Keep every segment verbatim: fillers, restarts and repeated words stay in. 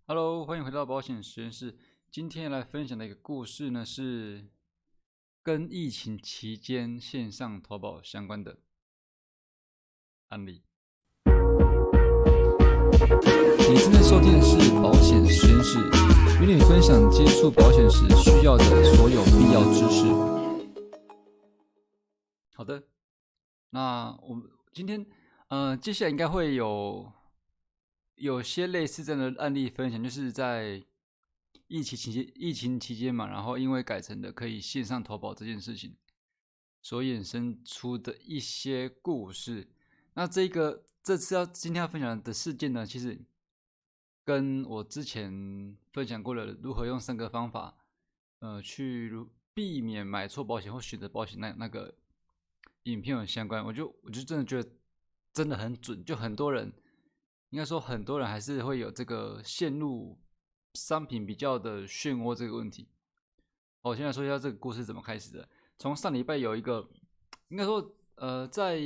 Hello，欢迎回到保险实验室。今天来分享的一个故事呢，是跟疫情期间线上投保相关的案例。你正在收听的是保险实验室，与你分享接触保险时需要的所有必要知识。好的，那我们今天呃，接下来应该会有有些类似这样的案例分享，就是在疫情期间，疫情期间嘛，然后因为改成了可以线上投保这件事情，所衍生出的一些故事。那这个这次要今天要分享的事件呢，其实跟我之前分享过的如何用三个方法，呃，去避免买错保险或选择保险那那个影片有相关。我就我就真的觉得真的很准，就很多人。应该说，很多人还是会有这个陷入商品比较的漩涡这个问题。好，我先来说一下这个故事怎么开始的。从上礼拜有一个，应该说，呃，在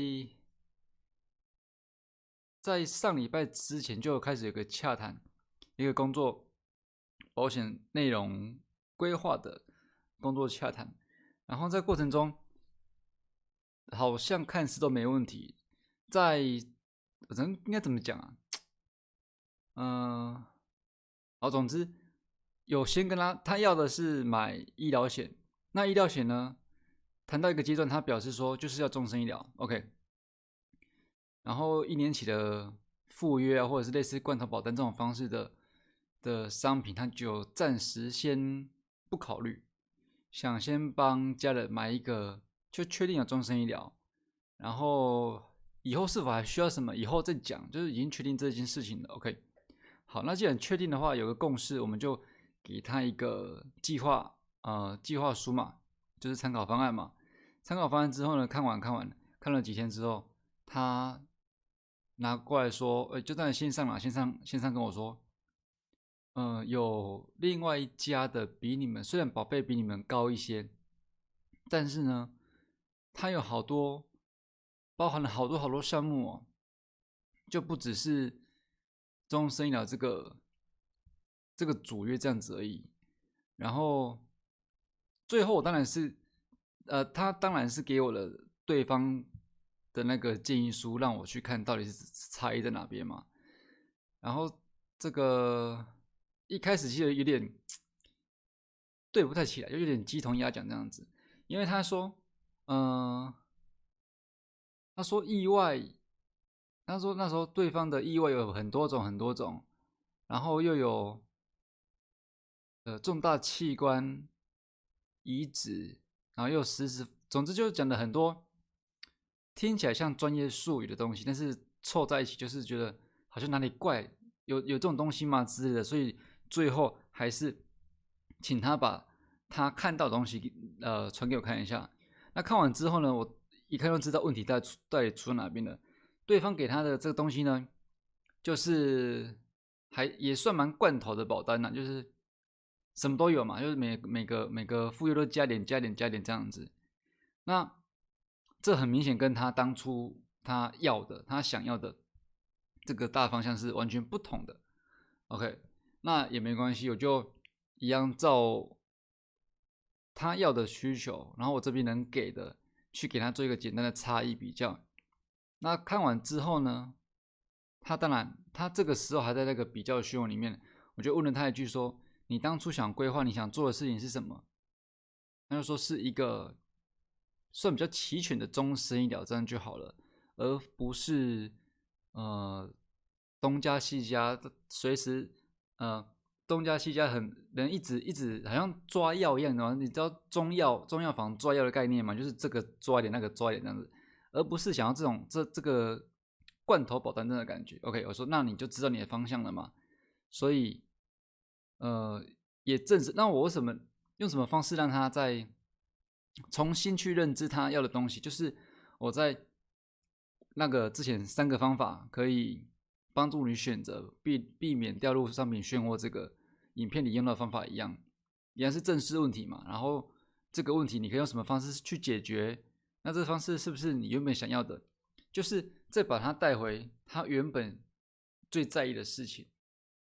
在上礼拜之前就开始有个洽谈，一个工作保险内容规划的工作洽谈，然后在过程中好像看似都没问题，在人应该怎么讲啊？嗯、呃，好，总之有先跟他，他要的是买医疗险。那医疗险呢，谈到一个阶段，他表示说就是要终身医疗 ，OK。然后一年期的附约啊，或者是类似罐头保单这种方式的的商品，他就暂时先不考虑，想先帮家人买一个，就确定有终身医疗，然后以后是否还需要什么，以后再讲，就是已经确定这件事情了 ，OK。好，那既然确定的话，有个共识，我们就给他一个计划，呃，计划书嘛，就是参考方案嘛。参考方案之后呢，看完看完看了几天之后，他拿过来说，呃，就在线上嘛，线上线上跟我说，呃，有另外一家的比你们虽然保费比你们高一些，但是呢，它有好多包含了好多好多项目哦，就不只是终身医疗这个这个主约这样子而已。然后最后当然是，呃，他当然是给我了对方的那个建议书，让我去看到底是差异在哪边嘛。然后这个一开始其实有点对不太起来，就有点鸡同鸭讲这样子，因为他说，嗯、呃，他说意外，他说那时候对方的意外有很多种很多种，然后又有呃重大器官移植，然后又实时，总之就是讲的很多听起来像专业术语的东西，但是凑在一起就是觉得好像哪里怪，有有这种东西吗之类的，所以最后还是请他把他看到的东西呃传给我看一下。那看完之后呢，我一看就知道问题在到底出在哪边了。对方给他的这个东西呢，就是还也算蛮罐头的保单呐、啊，就是什么都有嘛，就是每每个每个副业都加点加点加点这样子。那这很明显跟他当初他要的、他想要的这个大方向是完全不同的。OK，那也没关系，我就一样照他要的需求，然后我这边能给的，去给他做一个简单的差异比较。那看完之后呢，他当然他这个时候还在那个比较漩涡里面，我就问了他一句说：你当初想规划你想做的事情是什么？他就说是一个算比较齐全的终身医疗，这样就好了，而不是呃东家西家，随时呃东家西家很人一直一直好像抓药一样的，你知道中药中药房抓药的概念吗？就是这个抓一点，那个抓一点这样子，而不是想要这种这这个罐头保单真的感觉。OK， 我说那你就知道你的方向了嘛，所以呃也正是那我为什么用什么方式让他在重新去认知他要的东西，就是我在那个之前三个方法可以帮助你选择避避免掉入商品漩涡这个影片里用到的方法一样，一样是正视问题嘛。然后这个问题你可以用什么方式去解决？那这个方式是不是你原本想要的？就是再把它带回他原本最在意的事情，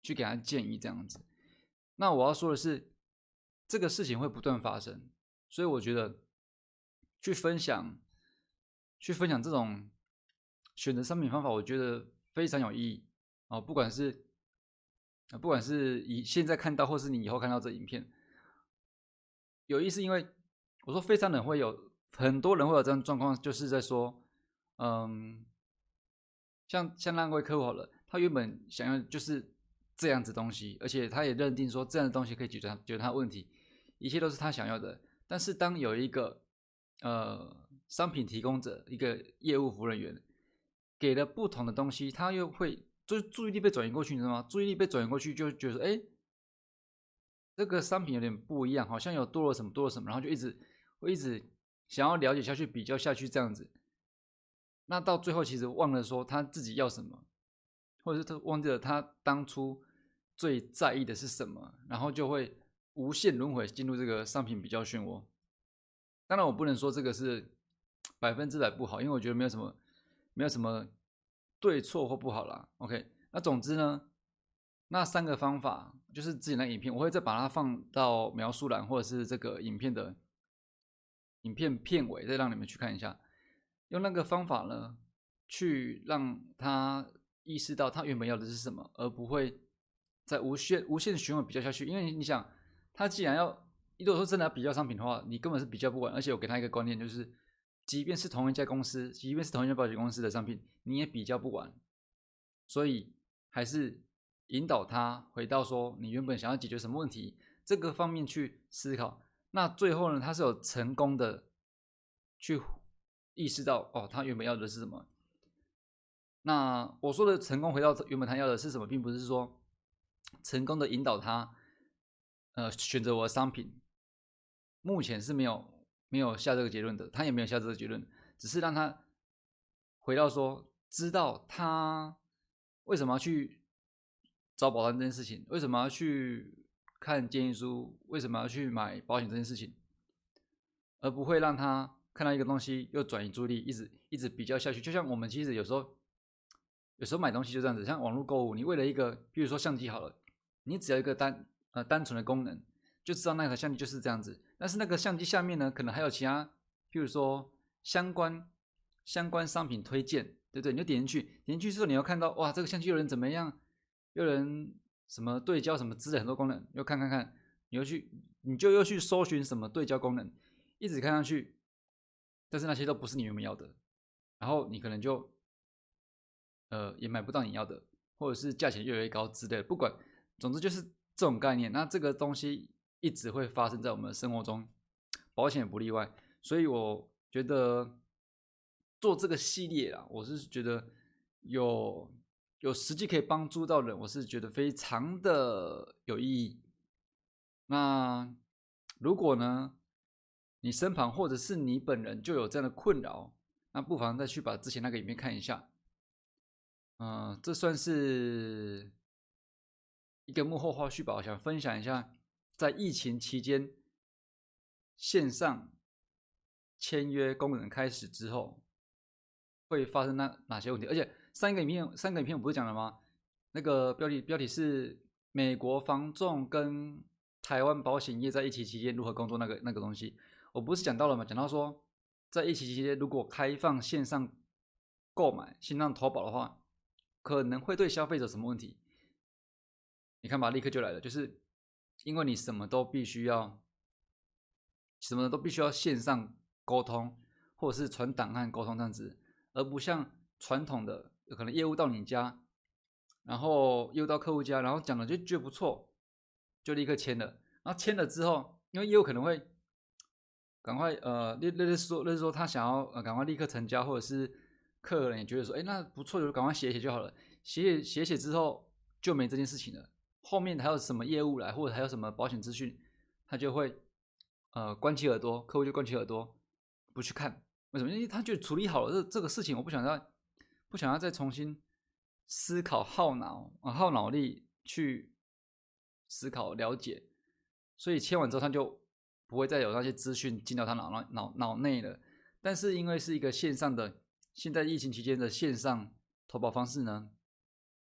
去给他建议这样子。那我要说的是，这个事情会不断发生，所以我觉得去分享，去分享这种选择商品方法，我觉得非常有意义哦。不管是不管是以现在看到，或是你以后看到这影片，有意思，因为我说非常人会有很多人会有这样状况，就是在说，嗯，像像那位客户好了，他原本想要就是这样子东西，而且他也认定说这样的东西可以解决他解决他的问题，一切都是他想要的。但是当有一个呃商品提供者，一个业务服务人员给了不同的东西，他又会就是注意力被转移过去，你知道吗？注意力被转移过去，就觉得哎，这个商品有点不一样，好像有多了什么多了什么，然后就一直会一直想要了解下去，比较下去这样子。那到最后其实忘了说他自己要什么，或者是他忘记了他当初最在意的是什么，然后就会无限轮回进入这个商品比较漩涡。当然我不能说这个是百分之百不好，因为我觉得没有什么没有什么对错或不好啦。OK， 那总之呢，那三个方法就是之前的影片，我会再把它放到描述栏或者是这个影片的影片片尾，再让你们去看一下。用那个方法呢，去让他意识到他原本要的是什么，而不会在无限无限循环比较下去。因为你想，他既然要，如果说真的要比较商品的话，你根本是比较不完。而且我给他一个观念，就是即便是同一家公司，即便是同一家保险公司的商品，你也比较不完。所以还是引导他回到说你原本想要解决什么问题这个方面去思考。那最后呢，他是有成功的去意识到哦，他原本要的是什么。那我说的成功回到原本他要的是什么，并不是说成功的引导他呃选择我的商品，目前是没有没有下这个结论的，他也没有下这个结论，只是让他回到说知道他为什么要去找保单这件事情，为什么要去看建议书，为什么要去买保险这件事情，而不会让他看到一个东西又转移注意力，一直一直比较下去。就像我们其实有时候有时候买东西就这样子，像网络购物，你为了一个，比如说相机好了，你只要一个单呃单纯的功能，就知道那台相机就是这样子。但是那个相机下面呢，可能还有其他，譬如说相关相关商品推荐，对不对？你就点进去，点进去之后你要看到哇，这个相机有人怎么样，有人什么对焦什么之类很多功能，又看看看，你又去你就又去搜寻什么对焦功能，一直看上去，但是那些都不是你原本要的，然后你可能就呃也买不到你要的，或者是价钱越来越高之类的，不管，总之就是这种概念。那这个东西一直会发生在我们的生活中，保险也不例外。所以我觉得做这个系列啊，我是觉得有有实际可以帮助到人，我是觉得非常的有意义。那如果呢，你身旁或者是你本人就有这样的困扰，那不妨再去把之前那个影片看一下。嗯、呃，这算是一个幕后花絮吧，我想分享一下，在疫情期间线上签约功能开始之后会发生那哪些问题。而且上一个影片，三个影片我不是讲了吗？那个标题标题是美国房仲跟台湾保险业在疫情期间如何工作那个那个东西，我不是讲到了吗？讲到说，在疫情期间如果开放线上购买、线上投保的话，可能会对消费者什么问题？你看吧，立刻就来了，就是因为你什么都必须要，什么都必须要线上沟通，或者是传档案沟通这样子，而不像传统的可能业务到你家，然后业务到客户家，然后讲了就觉得不错，就立刻签了。然后签了之后，因为业务可能会赶快呃，类类似说类似说他想要呃赶快立刻成交，或者是客人也觉得说，哎，那不错，就赶快写一写就好了。写写写写之后就没这件事情了。后面还有什么业务来，或者还有什么保险资讯，他就会呃关起耳朵，客户就关起耳朵不去看。为什么？因为他就处理好了这这个事情，我不想再不想要再重新思考耗脑啊耗脑力去思考了解，所以签完之后他就不会再有那些资讯进到他脑脑脑内了。但是因为是一个线上的，现在疫情期间的线上投保方式呢，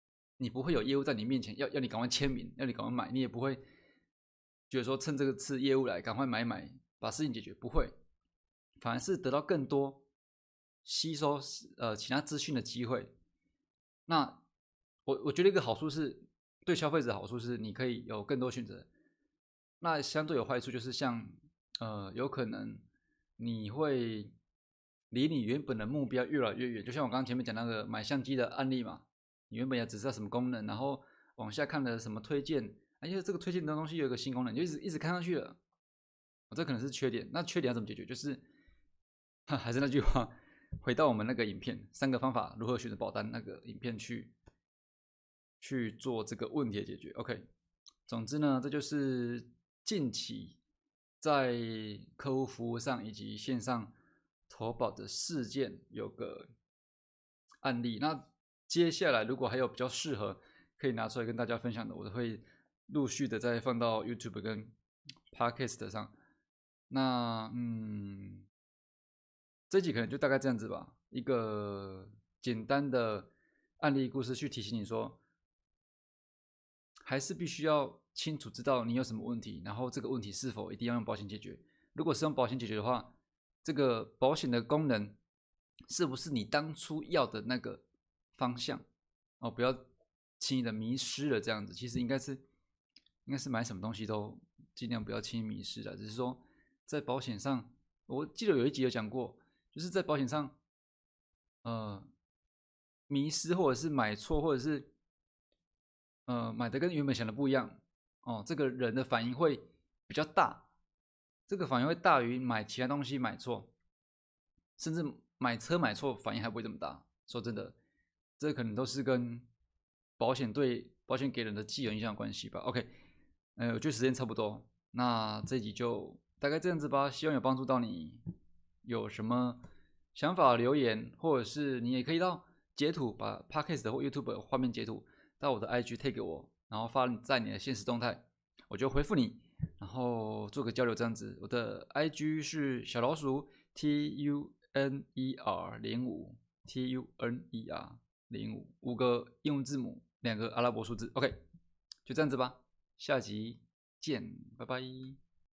你不会有业务在你面前要要你赶快签名，要你赶快买，你也不会觉得说趁这个次业务来赶快买买把事情解决，不会，反而是得到更多吸收呃其他资讯的机会。那我我觉得一个好处是对消费者的好处是你可以有更多选择，那相对有坏处就是像呃有可能你会离你原本的目标越来越远，就像我刚刚前面讲那个买相机的案例嘛，你原本也只知道什么功能，然后往下看的什么推荐，而且这个推荐的东西有一个新功能，就一直一直看上去了，哦，这可能是缺点。那缺点要怎么解决？就是还是那句话，回到我们那个影片三个方法如何选择保单那个影片去去做这个问题的解决。OK， 总之呢，这就是近期在客户服务上以及线上投保的事件有个案例。那接下来如果还有比较适合可以拿出来跟大家分享的，我都会陆续的再放到 YouTube 跟 Podcast 上。那嗯，这集可能就大概这样子吧，一个简单的案例故事去提醒你说，还是必须要清楚知道你有什么问题，然后这个问题是否一定要用保险解决。如果是用保险解决的话，这个保险的功能是不是你当初要的那个方向哦？不要轻易的迷失了，这样子其实应该是应该是买什么东西都尽量不要轻易迷失的。只是说在保险上，我记得有一集有讲过，就是在保险上，呃，迷失或者是买错，或者是呃买的跟原本想的不一样哦，这个人的反应会比较大，这个反应会大于买其他东西买错，甚至买车买错反应还不会这么大。说真的，这可能都是跟保险对保险给人的既有印象有关系吧。OK， 呃，我觉得时间差不多，那这集就大概这样子吧，希望有帮助到你。有什么想法留言，或者是你也可以到截图把 Podcast 或 YouTube 画面截图到我的 I G tag 给我，然后发在你的现实动态，我就回复你，然后做个交流这样子。我的 I G 是小老鼠 T U N E R 零五 T U N E R 零五，五个英文字母，两个阿拉伯数字。OK， 就这样子吧，下集见，拜拜。